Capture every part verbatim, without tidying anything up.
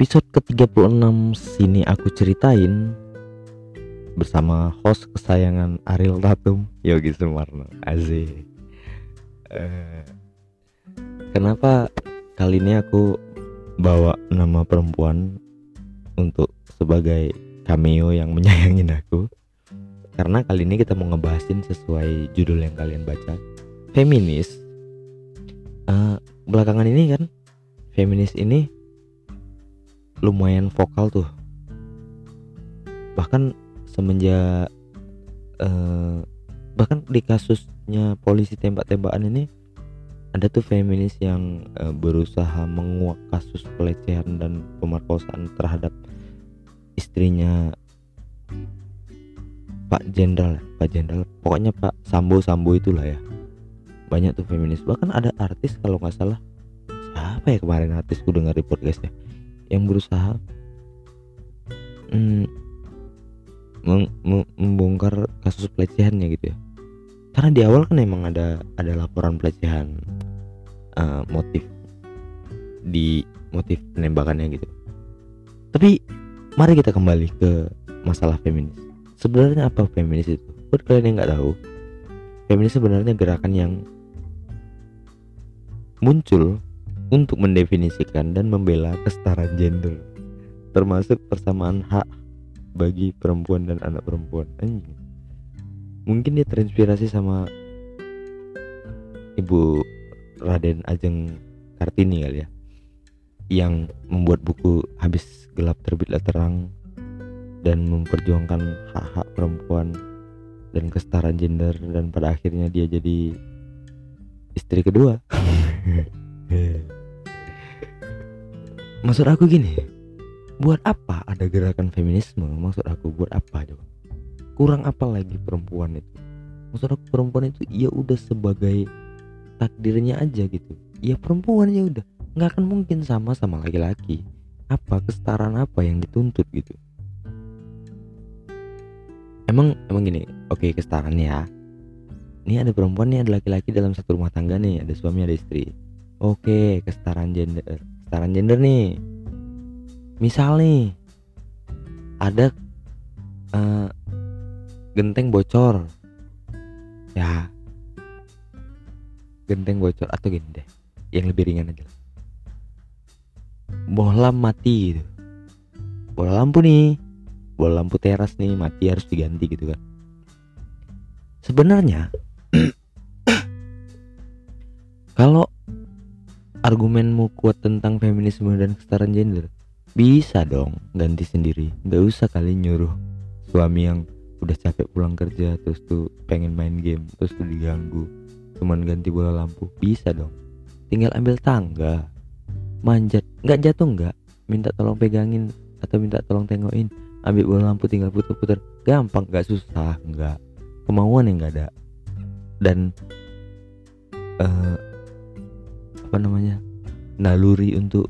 episode ke tiga puluh enam sini aku ceritain bersama host kesayangan Ariel Tatum, Yogi Sumarno. Asik. Uh, kenapa kali ini aku bawa nama perempuan untuk sebagai cameo yang menyayangin aku? Karena kali ini kita mau ngebahasin sesuai judul yang kalian baca, feminis. Uh, belakangan ini kan feminis ini lumayan vokal tuh, bahkan semenjak uh, bahkan di kasusnya polisi tembak-tembakan ini ada tuh feminis yang uh, berusaha menguak kasus pelecehan dan pemerkosaan terhadap istrinya Pak Jenderal, Pak Jenderal, pokoknya Pak Sambo Sambo itulah ya. Banyak tuh feminis, bahkan ada artis kalau nggak salah, siapa ya kemarin artis ku dengar di podcastnya, yang berusaha mm, meng, meng, membongkar kasus pelecehannya gitu ya. Karena di awal kan emang ada ada laporan pelecehan, uh, motif di motif penembakannya gitu. Tapi mari kita kembali ke masalah feminis. Sebenarnya apa feminis itu? Buat kalian yang nggak tahu, feminis sebenarnya gerakan yang muncul untuk mendefinisikan dan membela kesetaraan gender, termasuk persamaan hak bagi perempuan dan anak perempuan. Anjing. Mungkin dia terinspirasi sama Ibu Raden Ajeng Kartini kali ya, yang membuat buku Habis Gelap Terbitlah Terang dan memperjuangkan hak-hak perempuan dan kesetaraan gender, dan pada akhirnya dia jadi istri kedua. Maksud aku gini, buat apa ada gerakan feminisme? Maksud aku buat apa coba? Kurang apa lagi perempuan itu? Maksud aku perempuan itu ya udah sebagai takdirnya aja gitu. Ya perempuan ya udah, nggak akan mungkin sama sama laki-laki. Apa kesetaraan apa yang dituntut gitu? Emang emang gini, oke kesetaraan ya. Ini ada perempuan nih, ada laki-laki dalam satu rumah tangga nih, ada suami ada istri. Oke, kesetaraan gender, kesetaraan gender nih. Misal nih ada uh, genteng bocor, ya genteng bocor, atau gini deh, yang lebih ringan aja, bohlam mati gitu, bola lampu nih, bola lampu teras nih mati, harus diganti gitu kan. Sebenarnya kalau argumenmu kuat tentang feminisme dan kesetaraan gender, bisa dong ganti sendiri. Gak usah kali nyuruh suami yang udah capek pulang kerja terus tuh pengen main game terus tuh diganggu cuman ganti bola lampu. Bisa dong, tinggal ambil tangga, manjat, gak jatuh gak, minta tolong pegangin atau minta tolong tengokin, ambil bola lampu tinggal puter-puter. Gampang, gak susah, gak kemauan yang gak ada. Dan uh, apa namanya, naluri untuk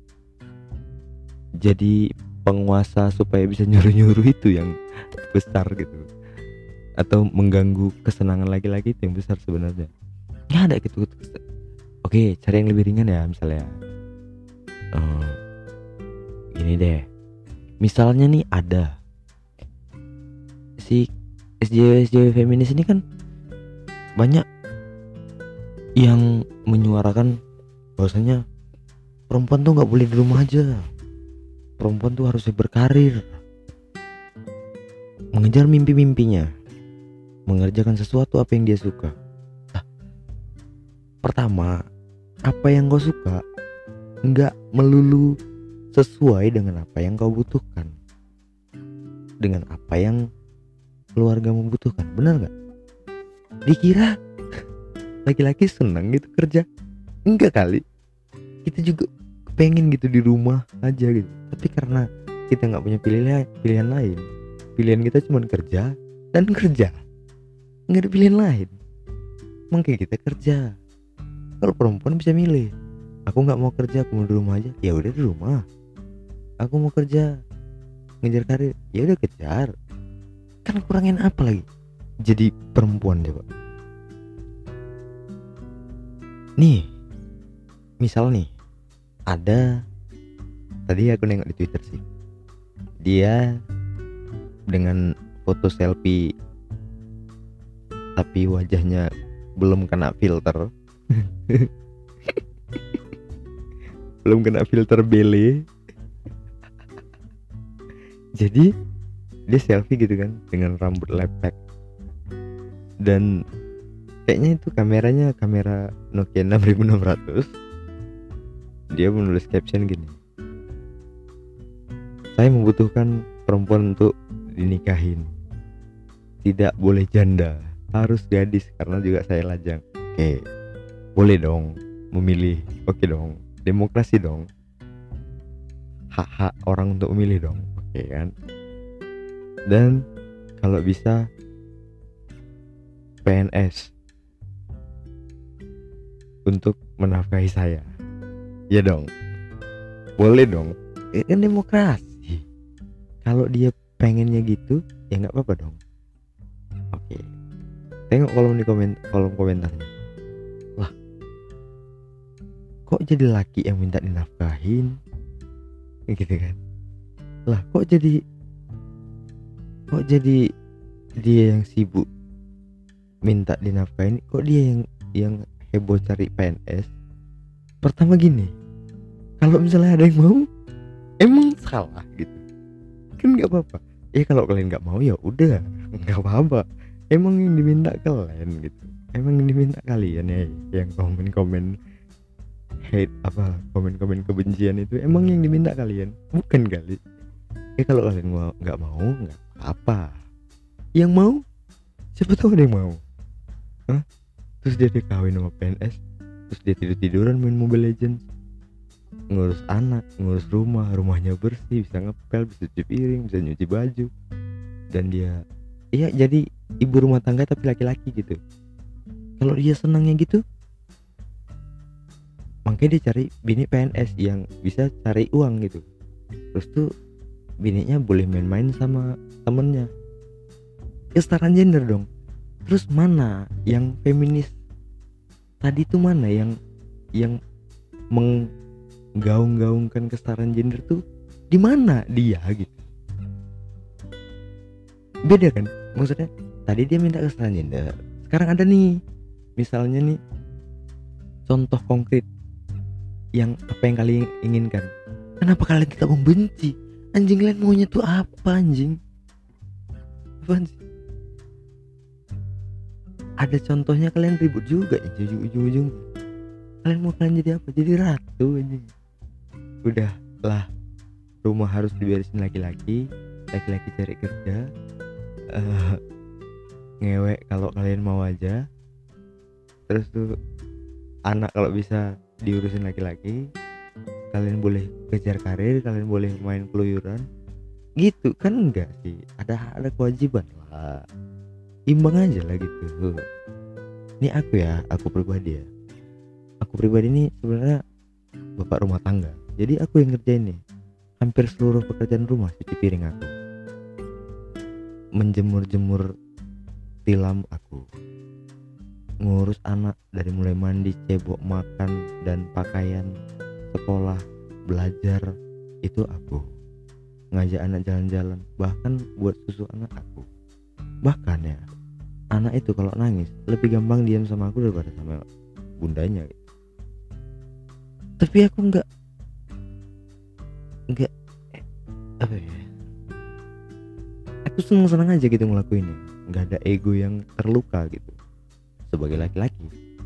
jadi penguasa supaya bisa nyuruh-nyuruh itu yang besar gitu, atau mengganggu kesenangan laki-laki itu yang besar sebenarnya. Nggak ada gitu. Oke, cari yang lebih ringan ya, misalnya oh, gini deh, misalnya nih ada si S J W S J W feminis ini kan banyak yang menyuarakan bahwasanya perempuan tuh nggak boleh di rumah aja, perempuan tuh harus berkarir, mengejar mimpi-mimpinya, mengerjakan sesuatu apa yang dia suka. Nah, pertama, apa yang kau suka nggak melulu sesuai dengan apa yang kau butuhkan, dengan apa yang keluarga membutuhkan, benar nggak? Dikira laki-laki senang gitu kerja? Enggak kali. Kita juga pengen gitu di rumah aja gitu. Tapi karena kita nggak punya pilihan pilihan lain, pilihan kita cuma kerja dan kerja, nggak ada pilihan lain. Mungkin kita kerja. Kalau perempuan bisa milih, aku nggak mau kerja, aku mau di rumah aja. Ya udah di rumah. Aku mau kerja, ngejar karir, ya udah kejar. Kan kurangin apa lagi? Jadi perempuan coba. Nih, misal nih ada tadi aku nengok di Twitter sih, dia dengan foto selfie tapi wajahnya belum kena filter. Belum kena filter bele. Jadi dia selfie gitu kan dengan rambut lepek, dan kayaknya itu kameranya kamera Nokia enam ribu enam ratus. Dia menulis caption gini, saya membutuhkan perempuan untuk dinikahin, tidak boleh janda, harus gadis karena juga saya lajang. Oke, boleh dong memilih, oke dong, demokrasi dong, hak-hak orang untuk memilih dong, oke kan. Dan kalau bisa P N S untuk menafkahi saya, ya dong, boleh dong, ini kan demokrasi. Kalau dia pengennya gitu ya nggak apa-apa dong. Oke, tengok kolom di komen kolom komentarnya, lah kok jadi laki yang minta dinafkahin gitu kan, lah kok jadi kok jadi dia yang sibuk minta dinafkahin, kok dia yang yang heboh cari P N S. Pertama gini, kalau misalnya ada yang mau emang salah gitu kan, nggak apa-apa ya. Kalau kalian nggak mau ya udah nggak apa-apa, emang yang diminta kalian gitu, emang yang diminta kalian ya. Yang komen-komen hate apa, komen-komen kebencian itu emang yang diminta kalian, bukan kali. Eh kalau kalian mau nggak mau nggak apa, yang mau siapa tahu ada yang mau. Hah? Terus dia dikawin sama P N S, terus dia tidur-tiduran main Mobile Legends, ngurus anak, ngurus rumah, rumahnya bersih, bisa ngepel, bisa cuci piring, bisa nyuci baju, dan dia iya jadi ibu rumah tangga tapi laki-laki gitu. Kalau dia senangnya gitu, makanya dia cari bini P N S yang bisa cari uang gitu. Terus tuh bininya boleh main-main sama temennya, kesetaraan gender dong. Terus mana yang feminis tadi tuh, mana yang yang menggaung-gaungkan kesetaraan gender tuh, di mana dia gitu? Beda kan, maksudnya tadi dia minta kesetaraan gender, sekarang ada nih misalnya nih contoh konkret yang apa yang kalian inginkan. Kenapa kalian tidak membenci? Anjing, kalian maunya tuh apa anjing? Apaan sih? Ada contohnya kalian ribut juga ya, ujung-ujung kalian mau kalian jadi apa? Jadi ratu anjing. Udah lah, rumah harus diberesin laki-laki, laki-laki cari kerja, uh, ngewek kalau kalian mau aja. Terus tuh anak kalau bisa diurusin laki-laki, kalian boleh kejar karir, kalian boleh main keluyuran gitu kan. Enggak sih, ada ada kewajiban lah, imbang aja lah gitu. Ini aku ya, aku pribadi ya, aku pribadi ini sebenarnya bapak rumah tangga, jadi aku yang ngerjain nih hampir seluruh pekerjaan rumah. Cuci piring aku, menjemur-jemur tilam aku, ngurus anak dari mulai mandi, cebok, makan dan pakaian, sekolah, belajar itu aku, ngajak anak jalan-jalan, bahkan buat susu anak aku. Bahkan ya, anak itu kalau nangis lebih gampang diam sama aku daripada sama bundanya gitu. Tapi aku enggak enggak eh, apa ya, aku seneng-seneng aja gitu ngelakuinnya, nggak ada ego yang terluka gitu sebagai laki-laki.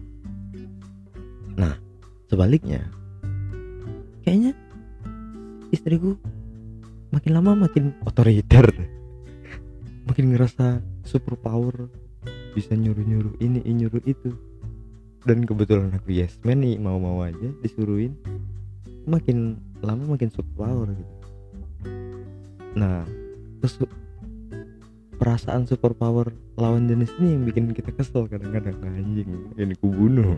Nah sebaliknya, kayaknya istriku makin lama makin otoriter, makin ngerasa super power, bisa nyuruh-nyuruh ini, nyuruh itu. Dan kebetulan aku yes man nih, mau-mau aja disuruhin, makin lama makin super power gitu. Nah terus perasaan super power lawan jenis ini yang bikin kita kesel kadang-kadang. Anjing, ini ku bunuh.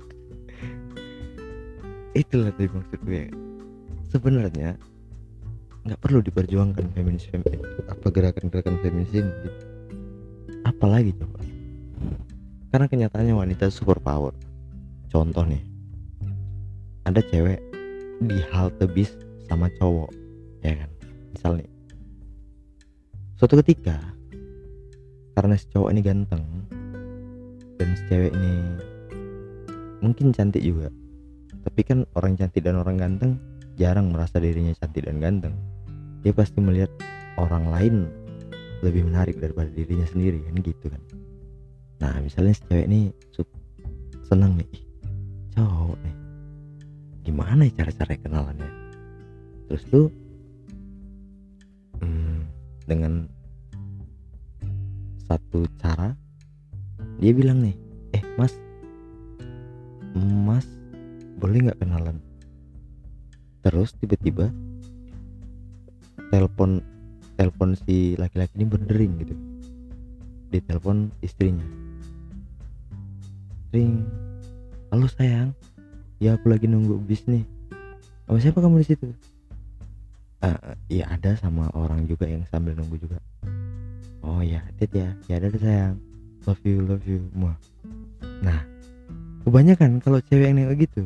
Itulah tadi maksud gue, sebenarnya nggak perlu diperjuangkan feminis feminis apa gerakan-gerakan feminis ini gitu. Apalagi coba, karena kenyataannya wanita super power. Contoh nih, ada cewek di halte bis sama cowok, ya kan. Misal nih, suatu ketika karena si cowok ini ganteng dan si cewek ini mungkin cantik juga, tapi kan orang cantik dan orang ganteng jarang merasa dirinya cantik dan ganteng. Dia pasti melihat orang lain lebih menarik daripada dirinya sendiri, kan gitu kan. Nah misalnya si cewek ini senang nih, ih, cowok nih, gimana ya cara-cara kenalannya. Terus tuh hmm, dengan satu cara dia bilang nih, eh mas mas boleh nggak kenalan. Terus tiba-tiba telepon telepon si laki-laki ini berdering gitu. Di telepon istrinya, ring, halo sayang, ya aku lagi nunggu bis nih. Sama siapa kamu di situ? Uh, ya ada sama orang juga yang sambil nunggu juga. Oh ya, tit ya, ya ada sayang, love you, love you, muah. Nah, kebanyakan kalau cewek yang nengok gitu,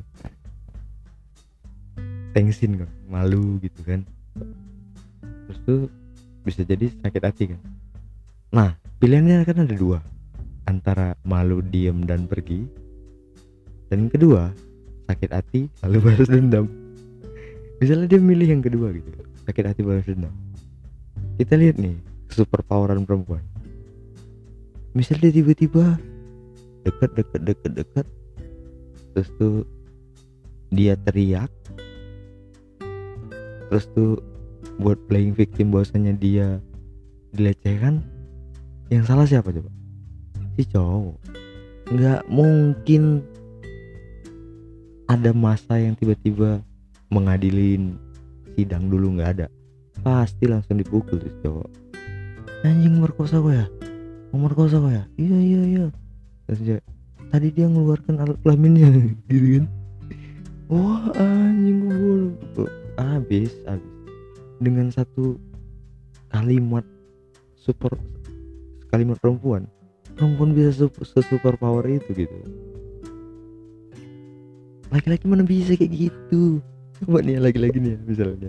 tensin kok, malu gitu kan. Terus tuh bisa jadi sakit hati kan. Nah, pilihannya kan ada dua, antara malu, diem dan pergi, dan yang kedua sakit hati lalu balas dendam. Misalnya dia milih yang kedua gitu, sakit hati balas dendam. Kita lihat nih super poweran perempuan. Misalnya dia tiba-tiba deket deket deket deket, terus tuh dia teriak, terus tuh buat playing victim bahwasanya dia dilecehkan. Yang salah siapa coba? Si cowok. Nggak mungkin ada masa yang tiba-tiba mengadilin sidang dulu, nggak ada. Pasti langsung dipukul tuh si cowok. Anjing merkosa gue ya, mau merkosa gue ya, iya iya iya. Terus dia, tadi dia ngeluarkan alat kelaminnya gitu kan. Wah anjing gue habis habis dengan satu kalimat super kalimat perempuan perempuan bisa super, super power itu gitu. Laki-laki mana bisa kayak gitu. Coba nih laki-laki nih misalnya,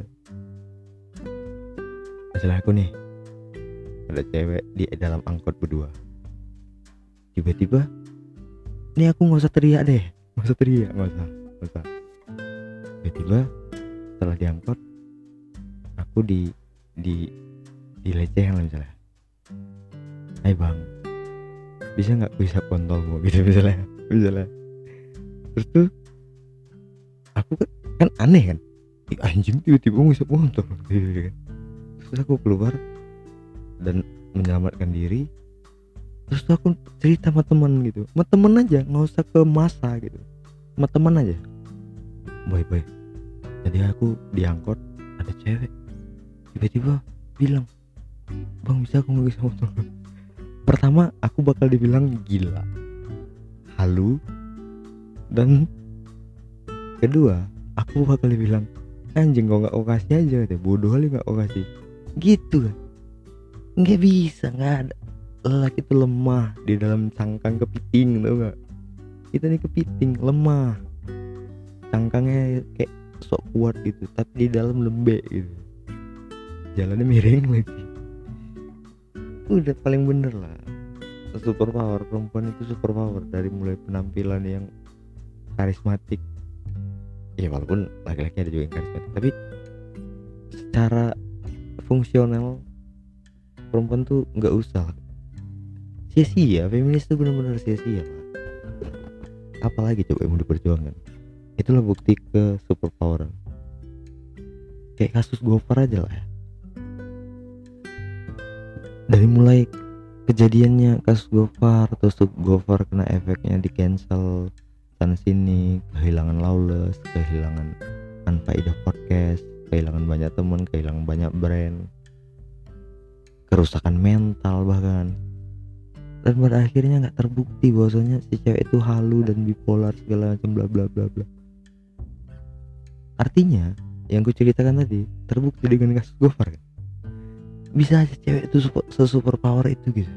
misalnya aku nih ada cewek di dalam angkot berdua, tiba-tiba nih aku nggak usah teriak deh, nggak usah teriak, nggak usah nggak usah tiba-tiba setelah diangkot aku di di dilecehkan misalnya, hai bang, bisa nggak bisa kontolmu gitu misalnya misalnya terus tuh aku kan, kan aneh kan, ih, anjing tiba-tiba bisa kontol gitu kan. Terus aku keluar dan menyelamatkan diri. Terus tuh aku cerita sama teman gitu, sama teman aja, nggak usah ke masa gitu, sama teman aja. Boy boy, jadi aku diangkot ada cewek tiba-tiba bilang, bang bisa aku nggak bisa motor. Pertama aku bakal dibilang gila, halu, dan kedua aku bakal dibilang anjing kok nggak kau kasih aja deh, bodoh kali nggak kau kasih gitu kan. Nggak bisa, nggak ada. Lelaki itu lemah di dalam cangkang kepiting, tau nggak? Kita nih kepiting lemah, cangkangnya kayak sok kuat gitu, tapi di dalam lembek gitu, jalannya miring lagi. Udah paling bener lah, super power perempuan itu super power, dari mulai penampilan yang karismatik, ya walaupun laki-laki ada juga yang karismatik, tapi secara fungsional perempuan tuh nggak usah sia-sia. Feminis tuh benar-benar sia-sia lah. Apalagi coba yang mau diperjuangkan, itulah bukti ke super power. Kayak kasus Gofar aja lah ya, dari mulai kejadiannya kasus Gofar, terus tuh Gofar kena efeknya di cancel sana sini, kehilangan Lawless, kehilangan Anfaidah podcast, kehilangan banyak teman, kehilangan banyak brand, kerusakan mental bahkan, dan pada akhirnya nggak terbukti bahwasanya si cewek itu halu dan bipolar segala macam bla bla bla bla. Artinya yang ku ceritakan tadi terbukti dengan kasus Gofar kan. Bisa aja cewek itu super, se-super power itu gitu.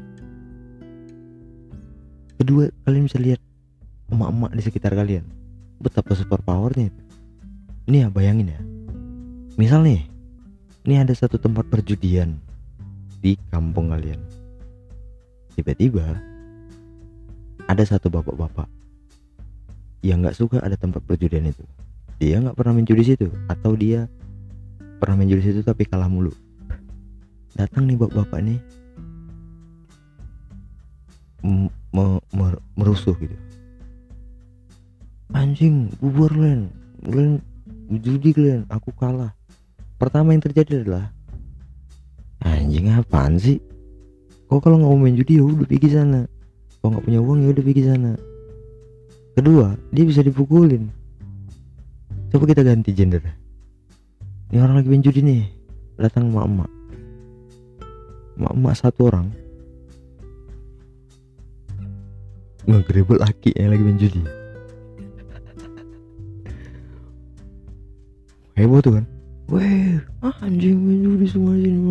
Kedua, kalian bisa lihat emak-emak di sekitar kalian, betapa super powernya itu. Ini ya bayangin ya, Misal nih, ini ada satu tempat perjudian di kampung kalian. Tiba-tiba ada satu bapak-bapak yang nggak suka ada tempat perjudian itu. Dia nggak pernah main judi situ, atau dia pernah main judi situ tapi kalah mulu. Datang nih bapak-bapak nih m- me- mer- merusuh gitu. Anjing, bubar kalian, kalian judi kalian, aku kalah. Pertama yang terjadi adalah, anjing apaan sih? Kok kalau nggak mau main judi ya udah pergi sana. Kalau nggak punya uang ya udah pergi sana. Kedua, dia bisa dipukulin. Coba kita ganti gender. Ini orang lagi main judi nih, datang emak-emak. Emak-emak satu orang ngegerebek laki yang lagi main judi. Heboh tuh kan. Weh, ah, anjing main judi semua sini.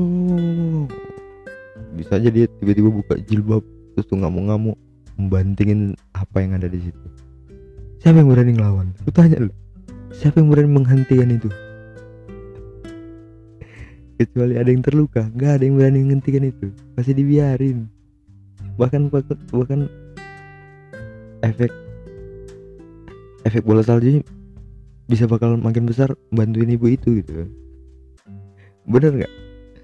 Bisa aja dia tiba-tiba buka jilbab terus tuh ngamuk-ngamuk membantingin apa yang ada di situ. Siapa yang berani ngelawan? Aku tanya lu. Siapa yang berani menghentikan itu? Kecuali ada yang terluka, nggak ada yang berani menghentikan itu. Pasti dibiarin. Bahkan bahkan efek efek bola salju bisa bakal makin besar bantuin ibu itu gitu. Bener nggak?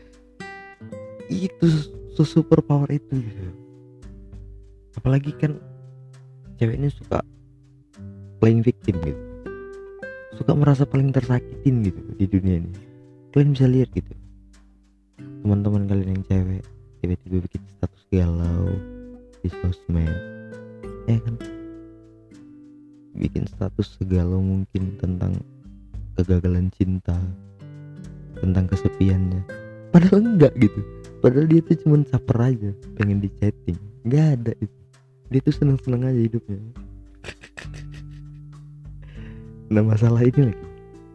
Itu super power itu gitu. Apalagi kan cewek ini suka playing victim gitu, suka merasa paling tersakitin gitu di dunia ini. Kalian bisa lihat gitu, teman-teman kalian yang cewek tiba-tiba bikin status galau di sosmed, eh kan, bikin status segalau mungkin tentang kegagalan cinta, tentang kesepiannya. Padahal enggak gitu, padahal dia tuh cuma caper aja, pengen di chatting. Nggak ada itu, dia tuh seneng-seneng aja hidupnya. Nah masalah ini lagi,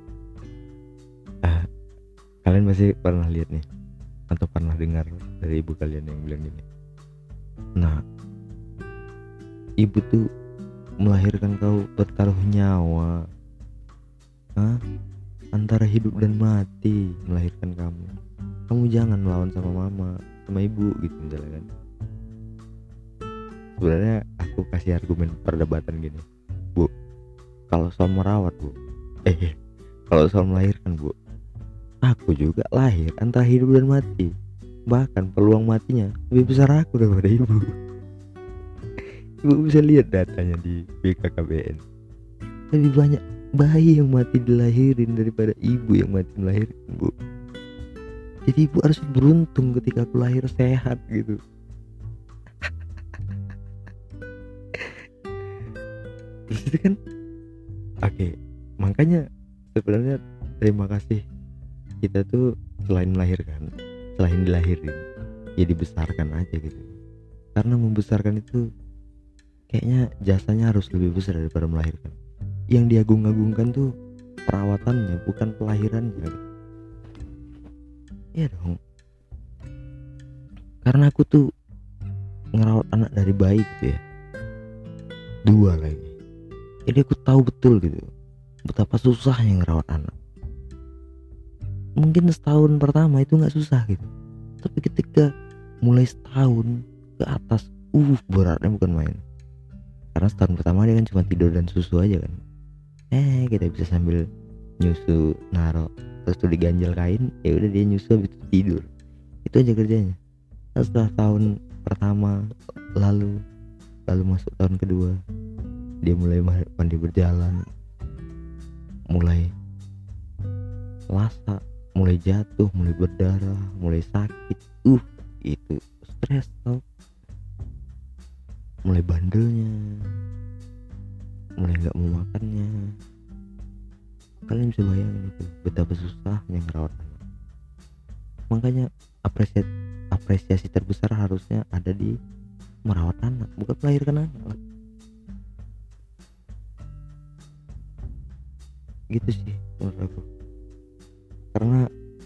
ah, kalian masih pernah lihat nih atau pernah dengar dari ibu kalian yang bilang gini, nah ibu tuh melahirkan kau bertaruh nyawa, Hah? antara hidup dan mati melahirkan kamu. Kamu jangan melawan sama mama, sama ibu gitu misalnya kan. Sebenarnya aku kasih argumen perdebatan gini, Bu, kalau soal merawat bu, eh kalau soal melahirkan bu, aku juga lahir antara hidup dan mati. Bahkan peluang matinya lebih besar aku daripada ibu. Ibu bisa lihat datanya di B K K B N. Lebih banyak bayi yang mati dilahirin daripada ibu yang mati melahirkan bu. Jadi ibu harus beruntung ketika aku lahir sehat gitu. Terus itu kan, oke, okay, makanya sebenarnya terima kasih kita tuh selain melahirkan, selain dilahirin, ya dibesarkan aja gitu. Karena membesarkan itu kayaknya jasanya harus lebih besar daripada melahirkan. Yang diagung-agungkan tuh perawatannya, bukan pelahirannya gitu. Iya dong. Karena aku tuh ngerawat anak dari bayi gitu ya, dua lagi. Jadi aku tahu betul gitu betapa susahnya ngerawat anak. Mungkin setahun pertama itu nggak susah gitu, tapi ketika mulai setahun ke atas, uh beratnya bukan main. Karena setahun pertama dia kan cuma tidur dan susu aja kan. Eh kita bisa sambil nyusu naro, terus tuh diganjel kain, ya udah dia nyusu habis itu tidur. Itu aja kerjanya. Nah, setelah tahun pertama lalu lalu masuk tahun kedua, dia mulai mandi berjalan, mulai lasa, mulai jatuh, mulai berdarah, mulai sakit. Uh, itu stres tau. Mulai bandelnya, mulai nggak mau makannya. Kalian bisa bayangin itu betapa susahnya ngerawat anak. Makanya apresiasi apresiasi terbesar harusnya ada di merawat anak, bukan melahirkan anak. Gitu sih menurut aku. Karena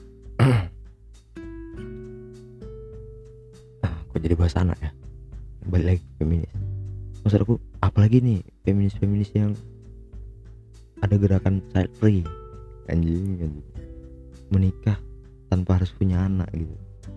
ah, kok jadi bahas anak ya, balik lagi ke feminis. Maksud aku apalagi nih feminis-feminis yang ada gerakan child free, anjing anjing menikah tanpa harus punya anak gitu.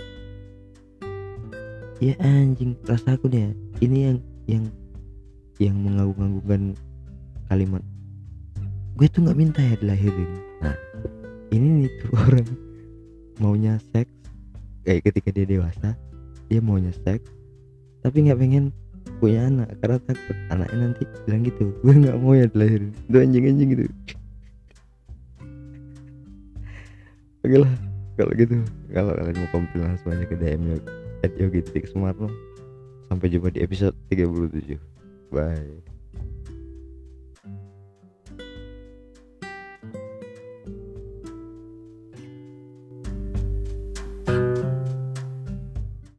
Ya anjing, rasa aku nih ya, ini yang yang yang mengagung-agungkan kalimat gue tuh nggak minta ya dilahirin. Nah ini nih tuh orang maunya seks kayak ketika dia dewasa, dia maunya seks tapi nggak pengen punya anak karena takut anaknya nanti bilang gitu, gue nggak mau ya dilahirin. Itu anjing-anjing gitu. Oke lah kalau gitu, kalau kalian mau komplain langsung aja ke D M at yogi titik sumarno. Sampai jumpa di episode tiga puluh tujuh. Bye.